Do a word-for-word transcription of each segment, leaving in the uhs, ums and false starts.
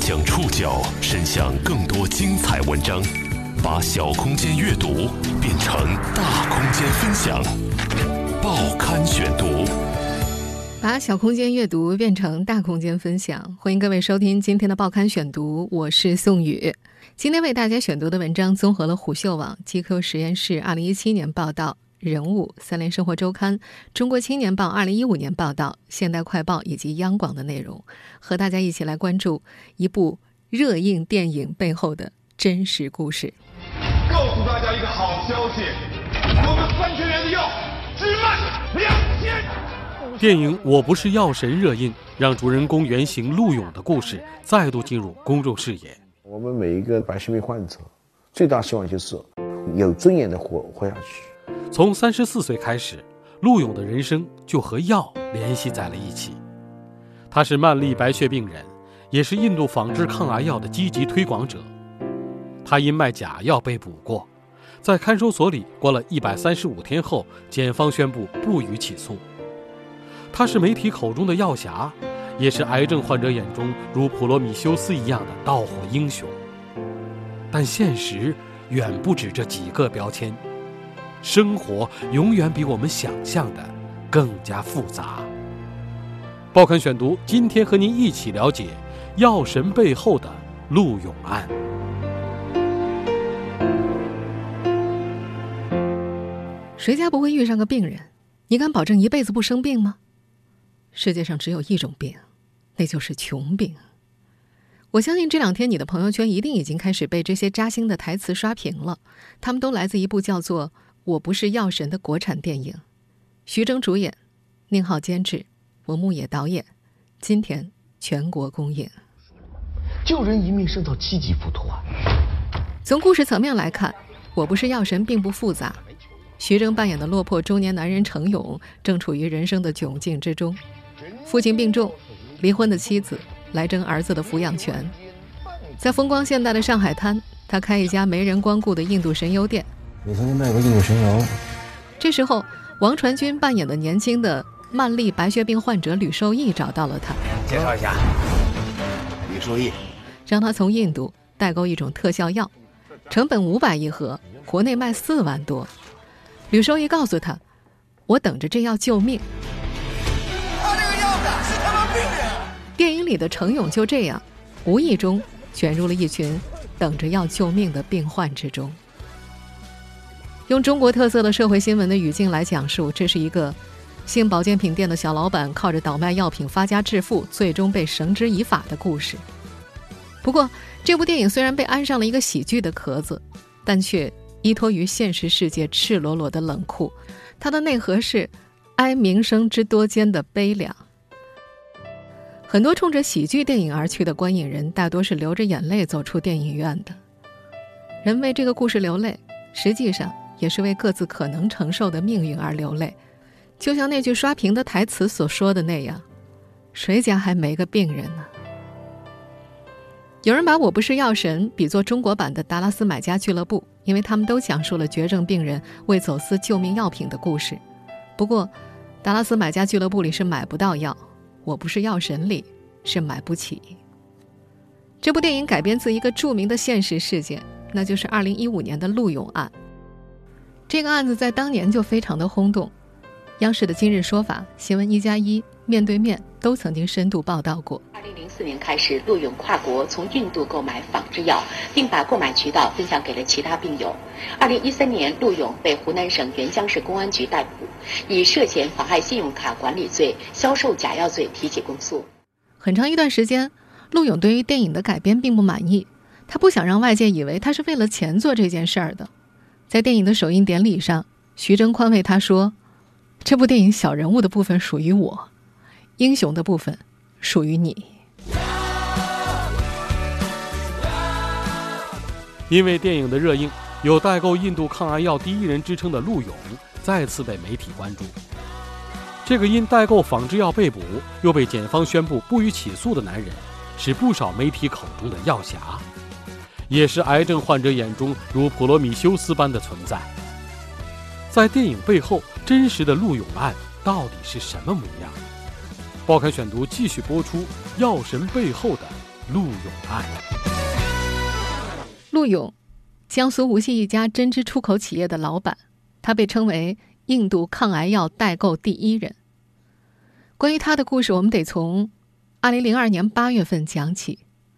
将触角伸向更多精彩文章，把小空间阅读变成大空间分享。报刊选读， 把小空间阅读变成大空间分享。欢迎各位收听今天的报刊选读，我是宋宇。今天为大家选读的文章综合了虎嗅网、G Q 实验室二零一七年报道、人物、三联生活周刊、中国青年报二零一五年报道、现代快报以及央广的内容，和大家一起来关注一部热映电影背后的真实故事。 告诉大家一个好消息，我们三千元的药只卖两千。 电影《我不是药神》热映，让主人公原型陆勇的故事再度进入公众视野。 我们每一个白血病患者最大希望就是有尊严的活活下去。 从三十四岁开始，陆勇的人生就和药联系在了一起。他是曼利白血病人，也是印度仿制抗癌药的积极推广者。他因卖假药被捕过，在看守所里关了一百三十五天后，检方宣布不予起诉。他是媒体口中的药侠，也是癌症患者眼中如普罗米修斯一样的盗火英雄。但现实远不止这几个标签，生活永远比我们想象的更加复杂。报刊选读，今天和您一起了解药神背后的陆勇案。 谁家不会遇上个病人？你敢保证一辈子不生病吗？世界上只有一种病，那就是穷病。我相信这两天你的朋友圈一定已经开始被这些扎心的台词刷屏了，他们都来自一部叫做《我不是药神》的国产电影，徐峥主演，宁浩监制，文牧野导演，今天全国公映。 救人一命胜造七级浮屠啊！ 从故事层面来看，《我不是药神》并不复杂。徐峥扮演的落魄中年男人程勇正处于人生的窘境之中，父亲病重，离婚的妻子来争儿子的抚养权。在风光现代的上海滩，他开一家没人光顾的印度神油店。 你曾经卖过印度神油。 这时候，王传君扮演的年轻的曼利白血病患者吕受益找到了他， 介绍一下，吕受益， 让他从印度代购一种特效药，成本五百一盒，国内卖四万多。吕受益告诉他，我等着这药救命。 他这个药哪是他妈病人？ 电影里的程勇就这样无意中卷入了一群等着要救命的病患之中。用中国特色的社会新闻的语境来讲述，这是一个新保健品店的小老板靠着倒卖药品发家致富，最终被绳之以法的故事。不过这部电影虽然被安上了一个喜剧的壳子，但却依托于现实世界赤裸裸的冷酷，它的内核是哀名声之多艰的悲凉。很多冲着喜剧电影而去的观影人，大多是流着眼泪走出电影院的。人为这个故事流泪，实际上也是为各自可能承受的命运而流泪。就像那句刷屏的台词所说的那样，谁家还没个病人呢？有人把我不是药神比作中国版的达拉斯买家俱乐部，因为他们都讲述了绝症病人为走私救命药品的故事。不过达拉斯买家俱乐部里是买不到药，我不是药神里是买不起。这部电影改编自一个著名的现实事件，那就是二零一五年的陆勇案。这个案子在当年就非常的轰动，央视的今日说法、新闻一加一、面对面都曾经深度报道过。 二零零四年开始，陆勇跨国从印度购买仿制药，并把购买渠道分享给了其他病友。二零一三年，陆勇被湖南省沅江市公安局逮捕，以涉嫌妨害信用卡管理罪、销售假药罪提起公诉。 很长一段时间，陆勇对于电影的改编并不满意，他不想让外界以为他是为了钱做这件事儿的。在电影的首映典礼上，徐峥宽慰他说，这部电影小人物的部分属于我，英雄的部分属于你。 因为电影的热映，有代购印度抗癌药第一人之称的陆勇再次被媒体关注。这个因代购仿制药被捕又被检方宣布不予起诉的男人，是不少媒体口中的药侠，也是癌症患者眼中如普罗米修斯般的存在。在电影背后，真实的陆勇案到底是什么模样？报刊选读继续播出药神背后的陆勇案。 陆勇，江苏无锡一家针织出口企业的老板，他被称为印度抗癌药代购第一人。关于他的故事，我们得从二零零二年八月份讲起。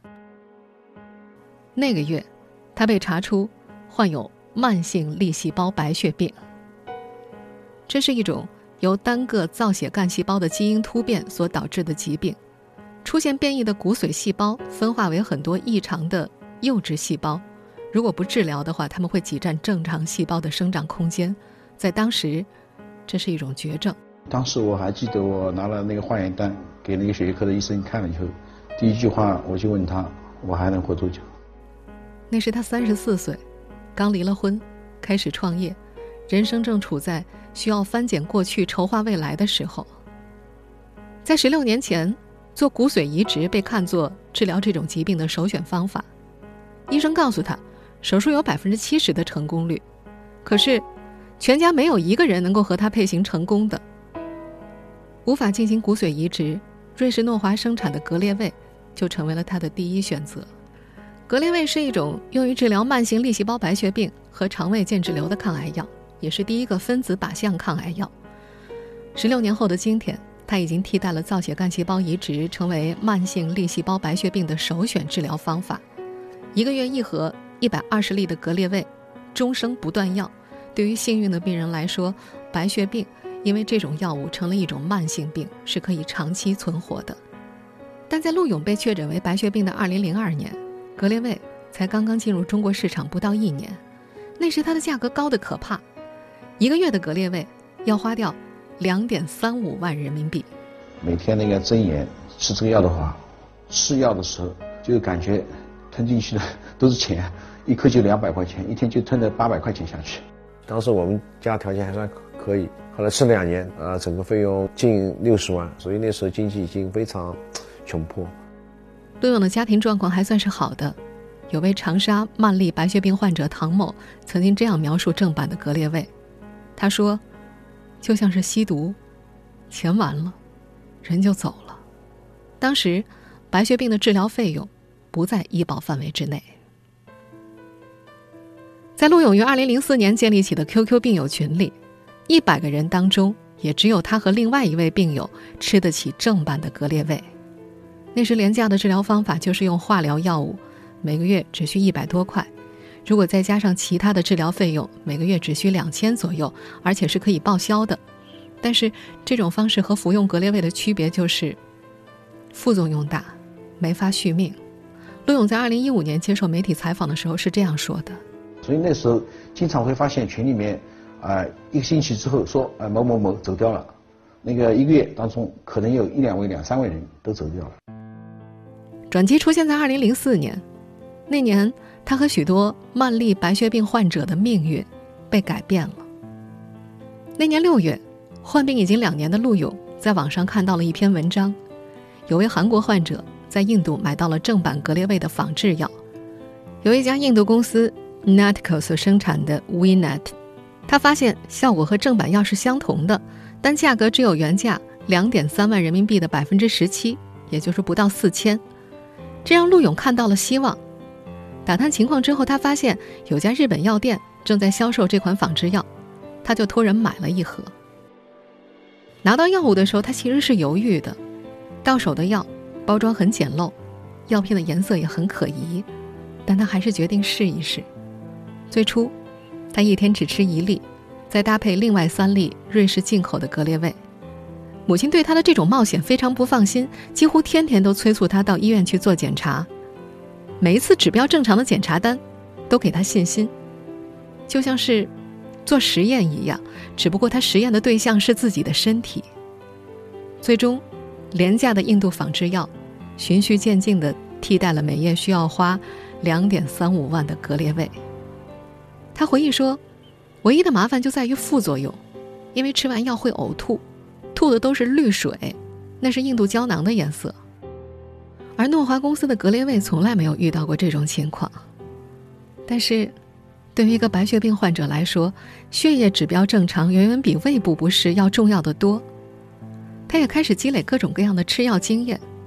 那个月，他被查出患有慢性粒细胞白血病，这是一种由单个造血干细胞的基因突变所导致的疾病。出现变异的骨髓细胞分化为很多异常的幼稚细胞，如果不治疗的话，它们会挤占正常细胞的生长空间。在当时，这是一种绝症。 当时我还记得，我拿了那个化验单给那个血液科的医生看了以后，第一句话我就问他，我还能活多久？ 那是他三十四岁，刚离了婚，开始创业，人生正处在需要翻检过去、筹划未来的时候。在十六年前，做骨髓移植被看作治疗这种疾病的首选方法。医生告诉他，手术有百分之七十的成功率，可是全家没有一个人能够和他配型成功的。无法进行骨髓移植，瑞士诺华生产的格列卫就成为了他的第一选择。格列卫是一种用于治疗慢性粒细胞白血病和肠胃间质瘤的抗癌药，也是第一个分子靶向抗癌药。十六年后的今天，它已经替代了造血干细胞移植，成为慢性粒细胞白血病的首选治疗方法。一个月一盒一百二十粒的格列卫，终生不断药。对于幸运的病人来说，白血病因为这种药物成了一种慢性病，是可以长期存活的。但在陆勇被确诊为白血病的二零零二年，格列卫才刚刚进入中国市场不到一年，那时它的价格高得可怕，一个月的格列卫要花掉两点三五万人民币。 每天那个睁眼吃这个药的话，吃药的时候就感觉吞进去的都是钱，一颗就两百块钱，一天就吞了八百块钱下去。当时我们家条件还算可以，后来吃了两年，呃，整个费用近六十万，所以那时候经济已经非常窘迫。 陆勇的家庭状况还算是好的，有位长沙慢粒白血病患者唐某曾经这样描述正版的格列卫，他说，就像是吸毒，钱完了，人就走了。当时白血病的治疗费用不在医保范围之内。在陆勇于二零零四年建立起的 Q Q 病友群里，一百个人当中也只有他和另外一位病友吃得起正版的格列卫。那时廉价的治疗方法就是用化疗药物，每个月只需一百多块，如果再加上其他的治疗费用，每个月只需两千左右，而且是可以报销的。但是这种方式和服用格列卫的区别就是副作用大，没法续命。陆勇在二零一五年接受媒体采访的时候是这样说的。 所以那时候经常会发现群里面，啊、呃，一个星期之后说，呃，某某某走掉了，那个一个月当中可能有一两位、两三位人都走掉了。 转机出现在二零零四年，那年他和许多慢粒白血病患者的命运被改变了。那年六月，患病已经两年的陆勇在网上看到了一篇文章，有位韩国患者在印度买到了正版格列卫的仿制药，有一家印度公司 Natco 所生产的 Winet， 他发现效果和正版药是相同的，但价格只有原价两点三万人民币的百分之十七，也就是不到四千。这让陆勇看到了希望。打探情况之后，他发现有家日本药店正在销售这款仿制药，他就托人买了一盒。拿到药物的时候，他其实是犹豫的，到手的药包装很简陋，药片的颜色也很可疑，但他还是决定试一试。最初他一天只吃一粒，再搭配另外三粒瑞士进口的格列卫。母亲对他的这种冒险非常不放心，几乎天天都催促他到医院去做检查。每一次指标正常的检查单都给他信心，就像是做实验一样，只不过他实验的对象是自己的身体。最终廉价的印度仿制药循序渐进地替代了每月需要花两点三五万的格列卫。他回忆说，唯一的麻烦就在于副作用，因为吃完药会呕吐，吐的都是绿水，那是印度胶囊的颜色。而诺华公司的格列卫从来没有遇到过这种情况。但是对于一个白血病患者来说，血液指标正常远远比胃部不适要重要得多。他也开始积累各种各样的吃药经验，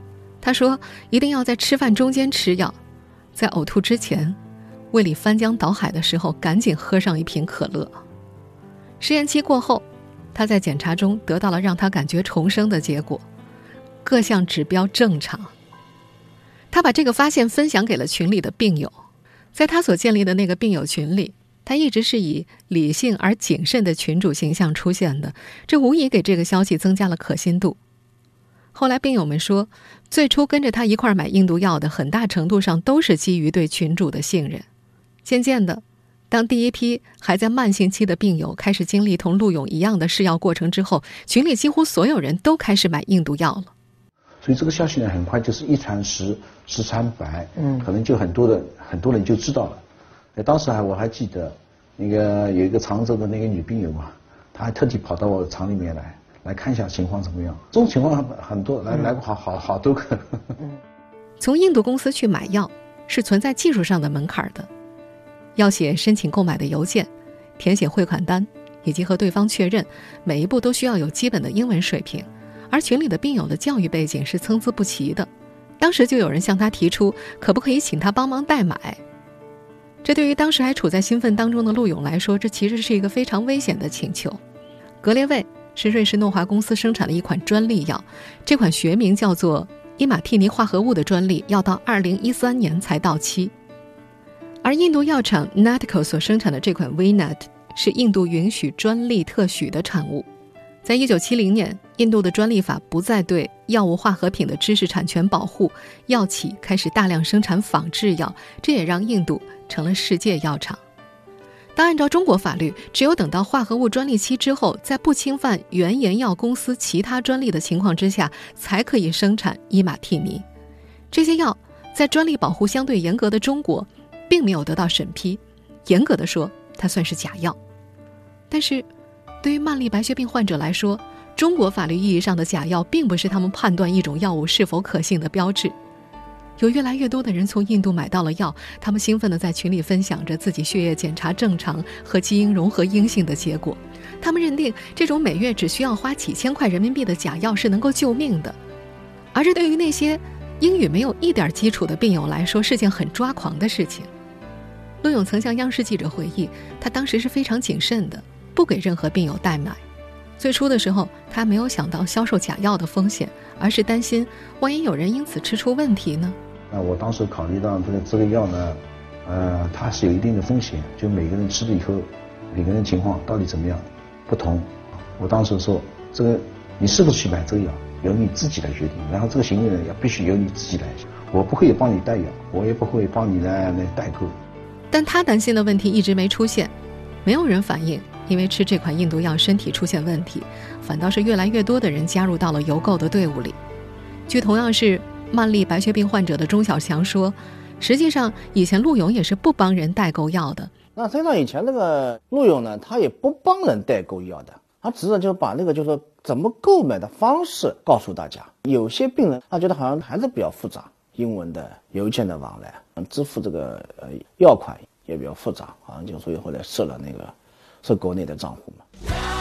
他说一定要在吃饭中间吃药，在呕吐之前，胃里翻江倒海的时候赶紧喝上一瓶可乐。实验期过后，他在检查中得到了让他感觉重生的结果，各项指标正常。他把这个发现分享给了群里的病友，在他所建立的那个病友群里，他一直是以理性而谨慎的群主形象出现的，这无疑给这个消息增加了可信度。后来病友们说，最初跟着他一块买印度药的很大程度上都是基于对群主的信任。渐渐的，当第一批还在慢性期的病友开始经历同陆勇一样的试药过程之后，群里几乎所有人都开始买印度药了。 所以这个消息呢，很快就是一传十，十传百，嗯，可能就很多的很多人就知道了。哎，当时还我还记得，那个有一个常州的那个女病友嘛，她还特地跑到我厂里面来，来看一下情况怎么样。这种情况很多，来来过好好好多个。 从印度公司去买药是存在技术上的门槛的，要写申请购买的邮件，填写汇款单，以及和对方确认，每一步都需要有基本的英文水平。而群里的病友的教育背景是参差不齐的，当时就有人向他提出可不可以请他帮忙代买。这对于当时还处在兴奋当中的陆勇来说，这其实是一个非常危险的请求。格列卫是瑞士诺华公司生产的一款专利药，这款学名叫做伊马替尼化合物的专利要到二零一三年才到期。而印度药厂 Natco 所生产的这款 Vinat 是印度允许专利特许的产物。在一九七零年，印度的专利法不再对药物化合品的知识产权保护，药企开始大量生产仿制药，这也让印度成了世界药厂。但按照中国法律，只有等到化合物专利期之后，在不侵犯原研药公司其他专利的情况之下，才可以生产伊马替尼。这些药在专利保护相对严格的中国，并没有得到审批，严格的说，它算是假药。但是对于慢粒白血病患者来说，中国法律意义上的假药并不是他们判断一种药物是否可信的标志。有越来越多的人从印度买到了药，他们兴奋地在群里分享着自己血液检查正常和基因融合阴性的结果。他们认定这种每月只需要花几千块人民币的假药是能够救命的。而这对于那些英语没有一点基础的病友来说，是件很抓狂的事情。陆勇曾向央视记者回忆，他当时是非常谨慎的，不给任何病友代买。最初的时候，他没有想到销售假药的风险，而是担心万一有人因此吃出问题呢？ 那我当时考虑到这个这个药呢，呃，它是有一定的风险，就每个人吃了以后，每个人情况到底怎么样不同。我当时说，这个你是不是去买这个药，由你自己来决定，然后这个行为呢，要必须由你自己来，我不会帮你代药，我也不会帮你来来代购。 但他担心的问题一直没出现，没有人反映因为吃这款印度药身体出现问题，反倒是越来越多的人加入到了邮购的队伍里。据同样是慢粒白血病患者的钟小强说，实际上以前陆勇也是不帮人代购药的。 那实际上以前那个陆勇呢，他也不帮人代购药的，他只是就把那个就是说怎么购买的方式告诉大家。有些病人他觉得好像还是比较复杂，英文的邮件的往来，支付这个呃药款也比较复杂，好像就所以后来设了那个设国内的账户嘛。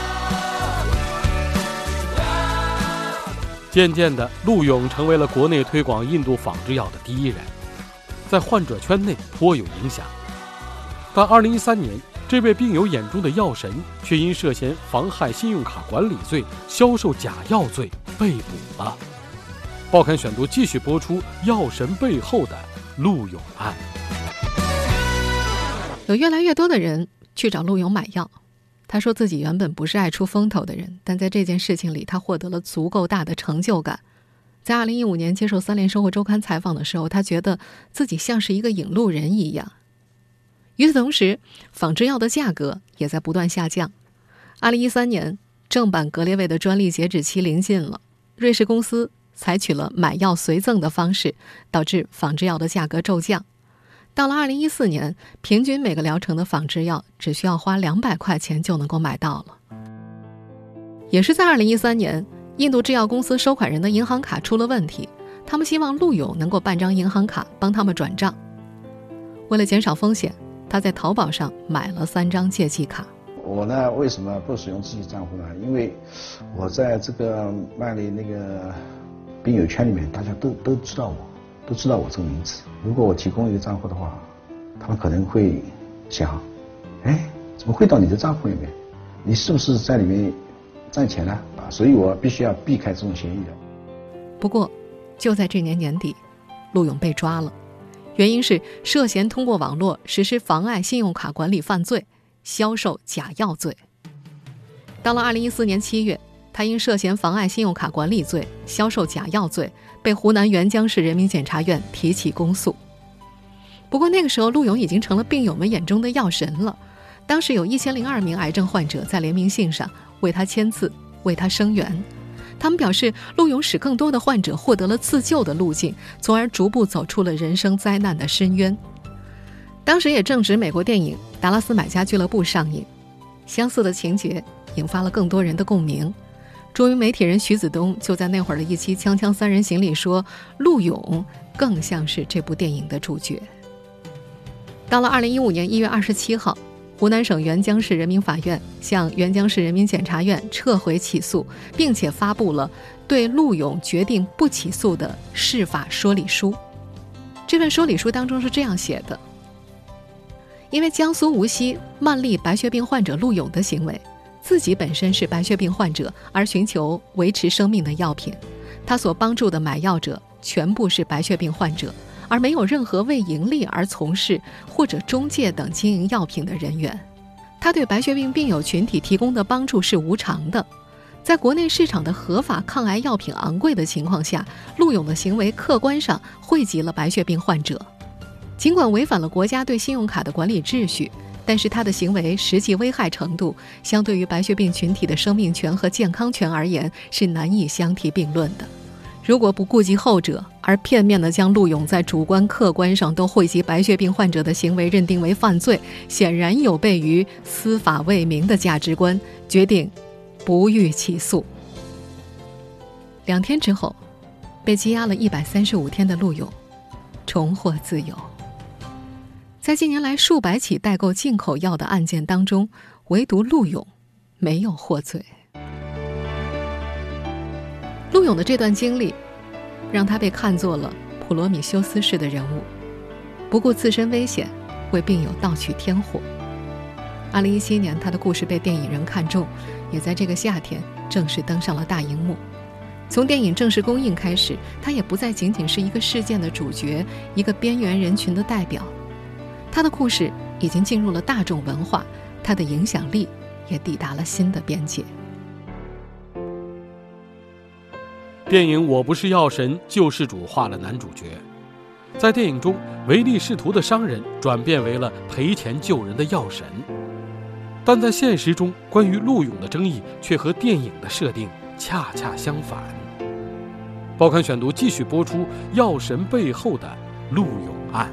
渐渐的，陆勇成为了国内推广印度仿制药的第一人，在患者圈内颇有影响。但二零一三年，这位病友眼中的药神却因涉嫌妨害信用卡管理罪、销售假药罪被捕了。报刊选读继续播出药神背后的陆勇案。 有越来越多的人去找陆勇买药，他说自己原本不是爱出风头的人，但在这件事情里他获得了足够大的成就感。在二零一五年接受三联生活周刊采访的时候，他觉得自己像是一个引路人一样。与此同时，仿制药的价格也在不断下降。二零一三年，正版格列卫的专利截止期临近了，瑞士公司采取了买药随赠的方式，导致仿制药的价格骤降。到了二零一四年，平均每个疗程的仿制药只需要花两百块钱就能够买到了。也是在二零一三年，印度制药公司收款人的银行卡出了问题，他们希望陆勇能够办张银行卡帮他们转账。为了减少风险，他在淘宝上买了三张借记卡。 我呢，为什么不使用自己账户呢？因为我在这个卖的那个病友圈里面大家都都知道我，都知道我这个名字。如果我提供一个账户的话，他们可能会想，哎，怎么会到你的账户里面？你是不是在里面赚钱呢？啊，所以我必须要避开这种嫌疑的。 不过，就在这年年底，陆勇被抓了，原因是涉嫌通过网络实施妨碍信用卡管理犯罪、销售假药罪。到了二零一四年七月，他因涉嫌妨碍信用卡管理罪、销售假药罪，被湖南沅江市人民检察院提起公诉。不过那个时候，陆勇已经成了病友们眼中的药神了。当时有一千零二名癌症患者在联名信上为他签字，为他声援。他们表示，陆勇使更多的患者获得了自救的路径，从而逐步走出了人生灾难的深渊。当时也正值美国电影《达拉斯买家俱乐部》上映，相似的情节引发了更多人的共鸣。著名媒体人徐子东就在那会儿的一期《锵锵三人行》里说，陆勇更像是这部电影的主角。到了二零一五年一月二十七号，湖南省沅江市人民法院向沅江市人民检察院撤回起诉，并且发布了对陆勇决定不起诉的释法说理书。这份说理书当中是这样写的：因为江苏无锡曼丽白血病患者陆勇的行为，自己本身是白血病患者而寻求维持生命的药品，他所帮助的买药者全部是白血病患者，而没有任何为盈利而从事或者中介等经营药品的人员。他对白血病病友群体提供的帮助是无偿的。在国内市场的合法抗癌药品昂贵的情况下，陆勇的行为客观上惠及了白血病患者。尽管违反了国家对信用卡的管理秩序，但是他的行为实际危害程度相对于白血病群体的生命权和健康权而言是难以相提并论的。如果不顾及后者，而片面地将陆勇在主观客观上都惠及白血病患者的行为认定为犯罪，显然有悖于司法为民的价值观，决定不予起诉。两天之后，被羁押了一百三十五天的陆勇重获自由。在近年来数百起代购进口药的案件当中，唯独陆勇没有获罪。陆勇的这段经历让他被看作了普罗米修斯式的人物，不顾自身危险为病友盗取天货。二零一七年，他的故事被电影人看中，也在这个夏天正式登上了大荧幕。从电影正式公映开始，他也不再仅仅是一个事件的主角，一个边缘人群的代表。他的故事已经进入了大众文化，他的影响力也抵达了新的边界。 电影《我不是药神》救世主化了男主角，在电影中唯利是图的商人转变为了赔钱救人的药神。但在现实中，关于陆勇的争议却和电影的设定恰恰相反。报刊选读继续播出药神背后的陆勇案。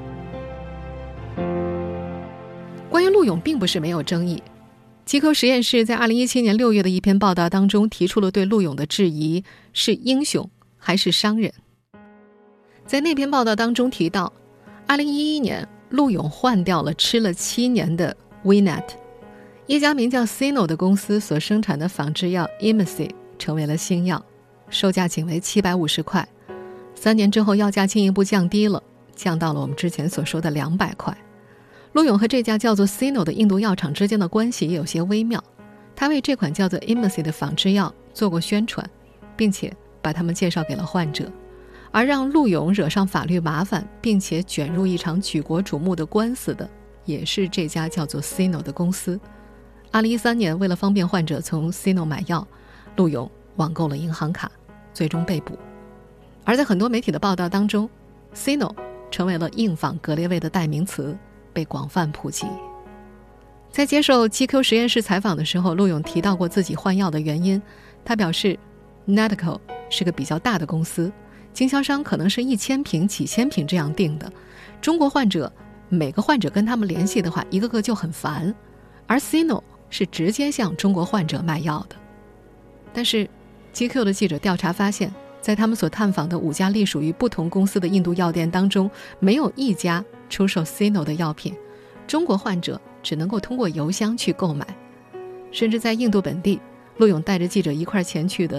关于陆勇并不是没有争议，疾口实验室在二零一七年六月的一篇报道当中提出了对陆勇的质疑：是英雄还是商人？在那篇报道当中提到，二零一一年陆勇换掉了吃了七年的 Winet， 一家名叫 Sino 的公司所生产的仿制药 Imasi 成为了新药，售价仅为七百五十块。三年之后，药价进一步降低了，降到了我们之前所说的两百块。陆勇和这家叫做 Sino 的印度药厂之间的关系也有些微妙，他为这款叫做 Imasi 的仿制药做过宣传，并且把他们介绍给了患者。而让陆勇惹上法律麻烦，并且卷入一场举国瞩目的官司的，也是这家叫做 Sino 的公司。二零一三年，为了方便患者从 Sino 买药，陆勇网购了银行卡，最终被捕。而在很多媒体的报道当中， Sino 成为了硬仿格列卫的代名词，被广泛普及。在接受 G Q 实验室采访的时候，陆勇提到过自己换药的原因。他表示 Nadco 是个比较大的公司，经销商可能是一千瓶几千瓶这样定的，中国患者每个患者跟他们联系的话，一个个就很烦，而 Sino 是直接向中国患者卖药的。但是 G Q 的记者调查发现，在他们所探访的五家隶属于不同公司的印度药店当中，没有一家出售 Sino 的药品，中国患者只能够通过邮箱去购买。甚至在印度本地，陆勇带着记者一块前去的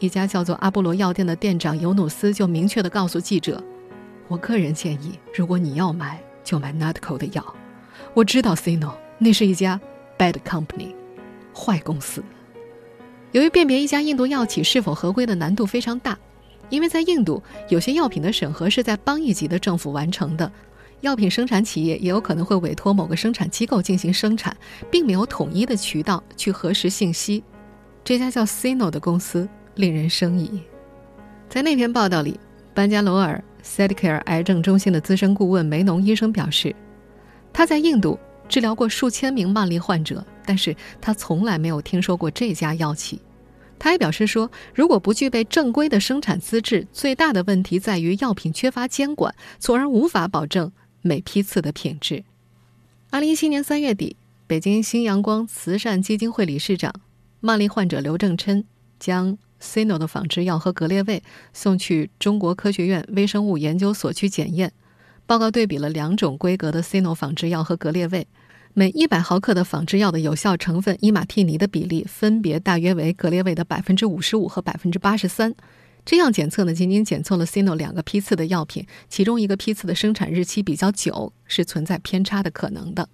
一家叫做阿波罗药店的店长尤努斯就明确地告诉记者，我个人建议，如果你要买就买 Nadco 的药，我知道 Sino 那是一家 bad company 坏公司。由于辨别一家印度药企是否合规的难度非常大，因为在印度有些药品的审核是在邦一级的政府完成的，药品生产企业也有可能会委托某个生产机构进行生产，并没有统一的渠道去核实信息。这家叫 Sino 的公司令人生疑。在那篇报道里，班加罗尔 Sedcare 癌症中心的资深顾问梅农医生表示，他在印度治疗过数千名曼利患者，但是他从来没有听说过这家药企。他还表示说，如果不具备正规的生产资质，最大的问题在于药品缺乏监管，从而无法保证每批次的品质。二零一七年三月底，北京新阳光慈善基金会理事长、曼利患者刘正琛将 Sino 的仿制药和格列卫送去中国科学院微生物研究所去检验。报告对比了两种规格的 Sino 仿制药和格列卫，每一百毫克的仿制药的有效成分伊马替尼的比例分别大约为格列卫的 百分之五十五 和 百分之八十三。这样检测呢，仅仅检测了 Sino 两个批次的药品，其中一个批次的生产日期比较久，是存在偏差的可能的。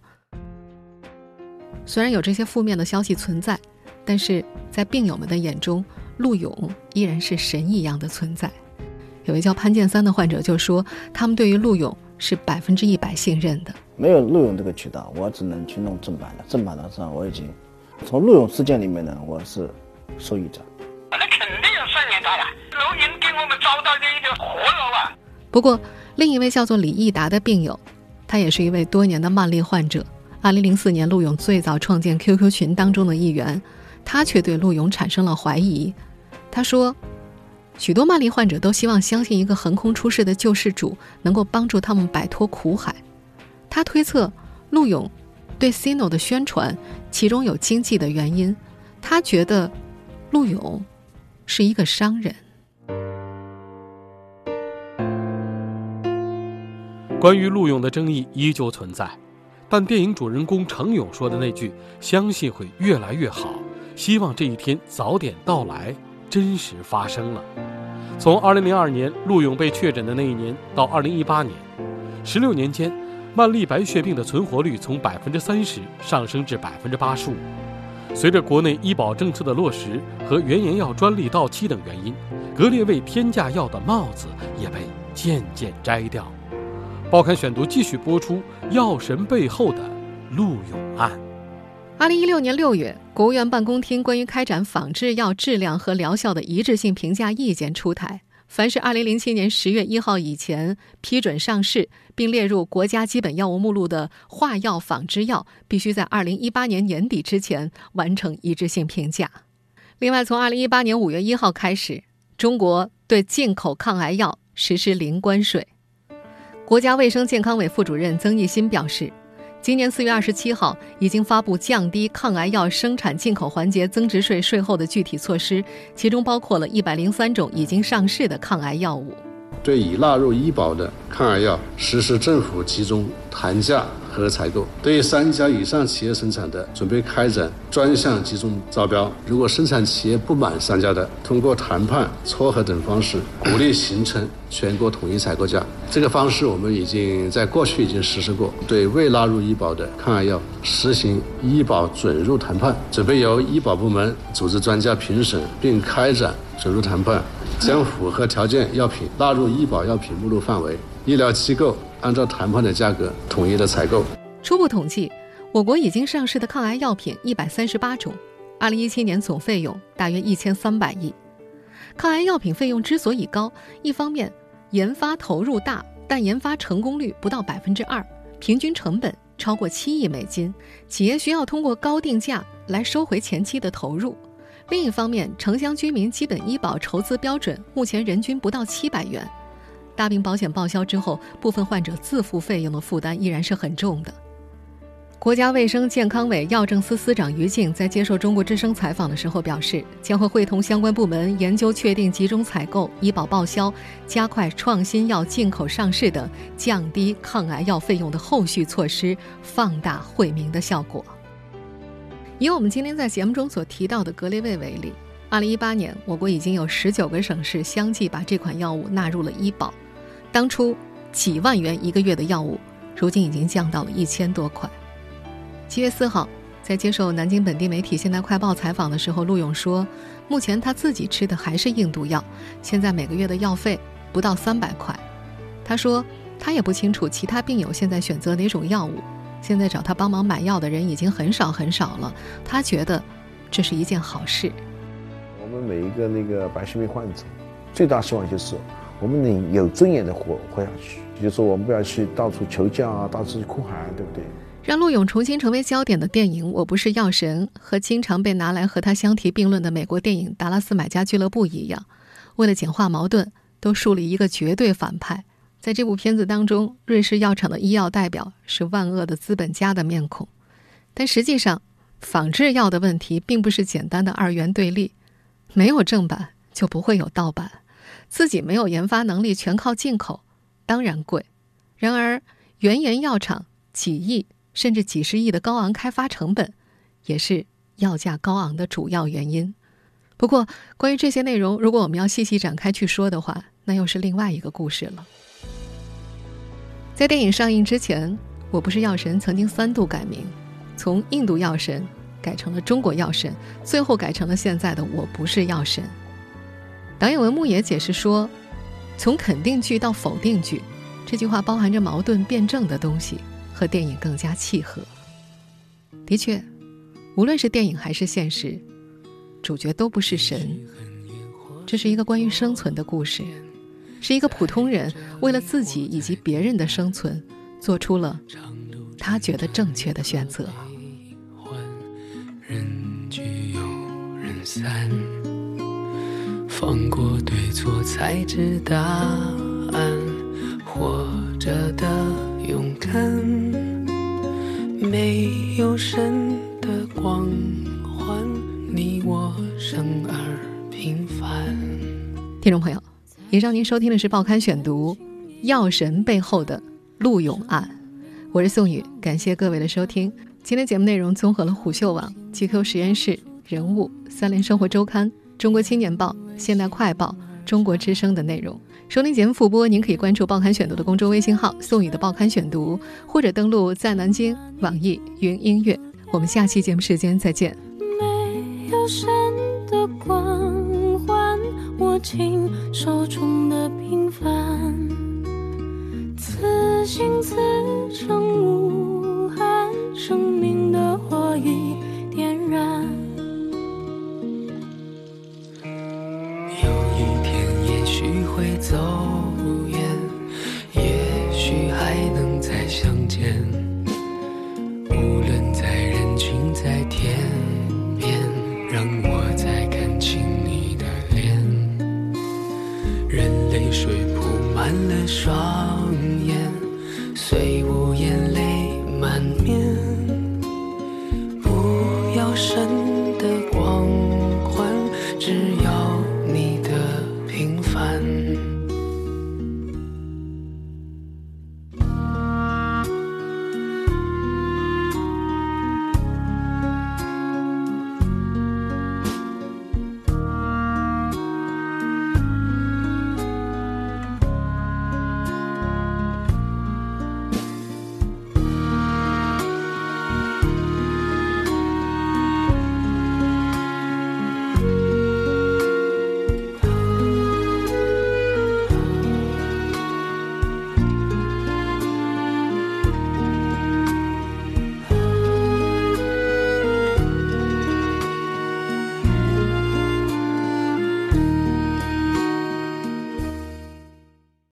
虽然有这些负面的消息存在，但是在病友们的眼中，陆勇依然是神一样的存在。有位叫潘建三的患者就说，他们对于陆勇是百分之一百信任的。 没有陆勇这个渠道，我只能去弄正版的。正版的上我已经从陆勇事件里面呢，我是受益者。 那肯定要善待他了，陆勇给我们找到的一个活路啊。 不过，另一位叫做李益达的病友，他也是一位多年的曼利患者。二零零四年，陆勇最早创建 Q Q 群当中的一员，他却对陆勇产生了怀疑。他说，许多曼利患者都希望相信一个横空出世的救世主能够帮助他们摆脱苦海。他推测陆勇对 Sino 的宣传其中有经济的原因，他觉得陆勇是一个商人。 关于陆勇的争议依旧存在，但电影主人公程勇说的那句相信会越来越好，希望这一天早点到来，真实发生了。从二零零二年陆勇被确诊的那一年到二零一八年，十六年间，曼利白血病的存活率从百分之三十上升至百分之八十五。随着国内医保政策的落实和原研药专利到期等原因，格列卫天价药的帽子也被渐渐摘掉。报刊选读继续播出药神背后的陆勇案。 二零一六年六月，国务院办公厅关于开展仿制药质量和疗效的一致性评价意见出台，凡是二零零七年十月一号以前批准上市并列入国家基本药物目录的化药仿制药，必须在二零一八年年底之前完成一致性评价。另外，从二零一八年五月一号开始，中国对进口抗癌药实施零关税。国家卫生健康委副主任曾益新表示，今年四月二十七号已经发布降低抗癌药生产进口环节增值税税后的具体措施，其中包括了一百零三种已经上市的抗癌药物。 对已纳入医保的抗癌药实施政府集中谈价和采购，对于三家以上企业生产的，准备开展专项集中招标。如果生产企业不满三家的，通过谈判、撮合等方式，鼓励形成全国统一采购价。这个方式我们已经在过去已经实施过，对未纳入医保的抗癌药实行医保准入谈判，准备由医保部门组织专家评审，并开展准入谈判，将符合条件药品纳入医保药品目录范围，医疗机构按照谈判的价格统一的采购。 初步统计，我国已经上市的抗癌药品一百三十八种，二零一七年总费用大约一千三百亿。抗癌药品费用之所以高，一方面研发投入大，但研发成功率不到百分之二，平均成本超过七亿美金，企业需要通过高定价来收回前期的投入。另一方面，城乡居民基本医保筹资标准目前人均不到七百元，大病保险报销之后，部分患者自付费用的负担依然是很重的。国家卫生健康委药政司司长于静在接受中国之声采访的时候表示，将会会同相关部门研究确定集中采购、医保报销、加快创新药进口上市等降低抗癌药费用的后续措施，放大惠民的效果。以我们今天在节目中所提到的格列卫为例， 二零一八年，我国已经有十九个省市相继把这款药物纳入了医保。当初几万元一个月的药物，如今已经降到了一千多块。七月四号，在接受南京本地媒体《现代快报》采访的时候，陆勇说，目前他自己吃的还是印度药，现在每个月的药费不到三百块。他说，他也不清楚其他病友现在选择哪种药物，现在找他帮忙买药的人已经很少很少了，他觉得这是一件好事。 我们每一个那个白血病患者，最大希望就是我们能有尊严的活活下去，就是说我们不要去到处求教啊，到处去哭喊，对不对？ 让陆勇重新成为焦点的电影《我不是药神》和经常被拿来和他相提并论的美国电影《达拉斯买家俱乐部》一样，为了简化矛盾，都树立一个绝对反派。在这部片子当中，瑞士药厂的医药代表是万恶的资本家的面孔。但实际上，仿制药的问题并不是简单的二元对立，没有正版就不会有盗版，自己没有研发能力，全靠进口，当然贵。然而，原研药厂几亿甚至几十亿的高昂开发成本，也是药价高昂的主要原因。不过，关于这些内容，如果我们要细细展开去说的话，那又是另外一个故事了。在电影上映之前，我不是药神曾经三度改名，从印度药神改成了中国药神，最后改成了现在的我不是药神。导演文牧野解释说，从肯定句到否定句，这句话包含着矛盾辩证的东西，和电影更加契合。的确，无论是电影还是现实，主角都不是神。这是一个关于生存的故事，是一个普通人为了自己以及别人的生存，做出了他觉得正确的选择。 人聚又人散，放过对错才知答案，活着的勇敢，没有神的光环，你我生而平凡。 听众朋友，以上您收听的是报刊选读《药神背后的陆勇案》，我是宋宇，感谢各位的收听。今天节目内容综合了虎嗅网、G Q 实验室、人物、三联生活周刊、中国青年报、现代快报、中国之声的内容。收听节目复播，您可以关注报刊选读的公众微信号宋宇的报刊选读，或者登录在南京网易云音乐。我们下期节目时间再见。 没有神的光环，握紧手中的平凡，此心此生无憾，生命的火已点燃。 会走远，也许还能再相见，无论在人群在天边，让我再看清你的脸。任泪水铺满了双眼，虽无眼泪满面，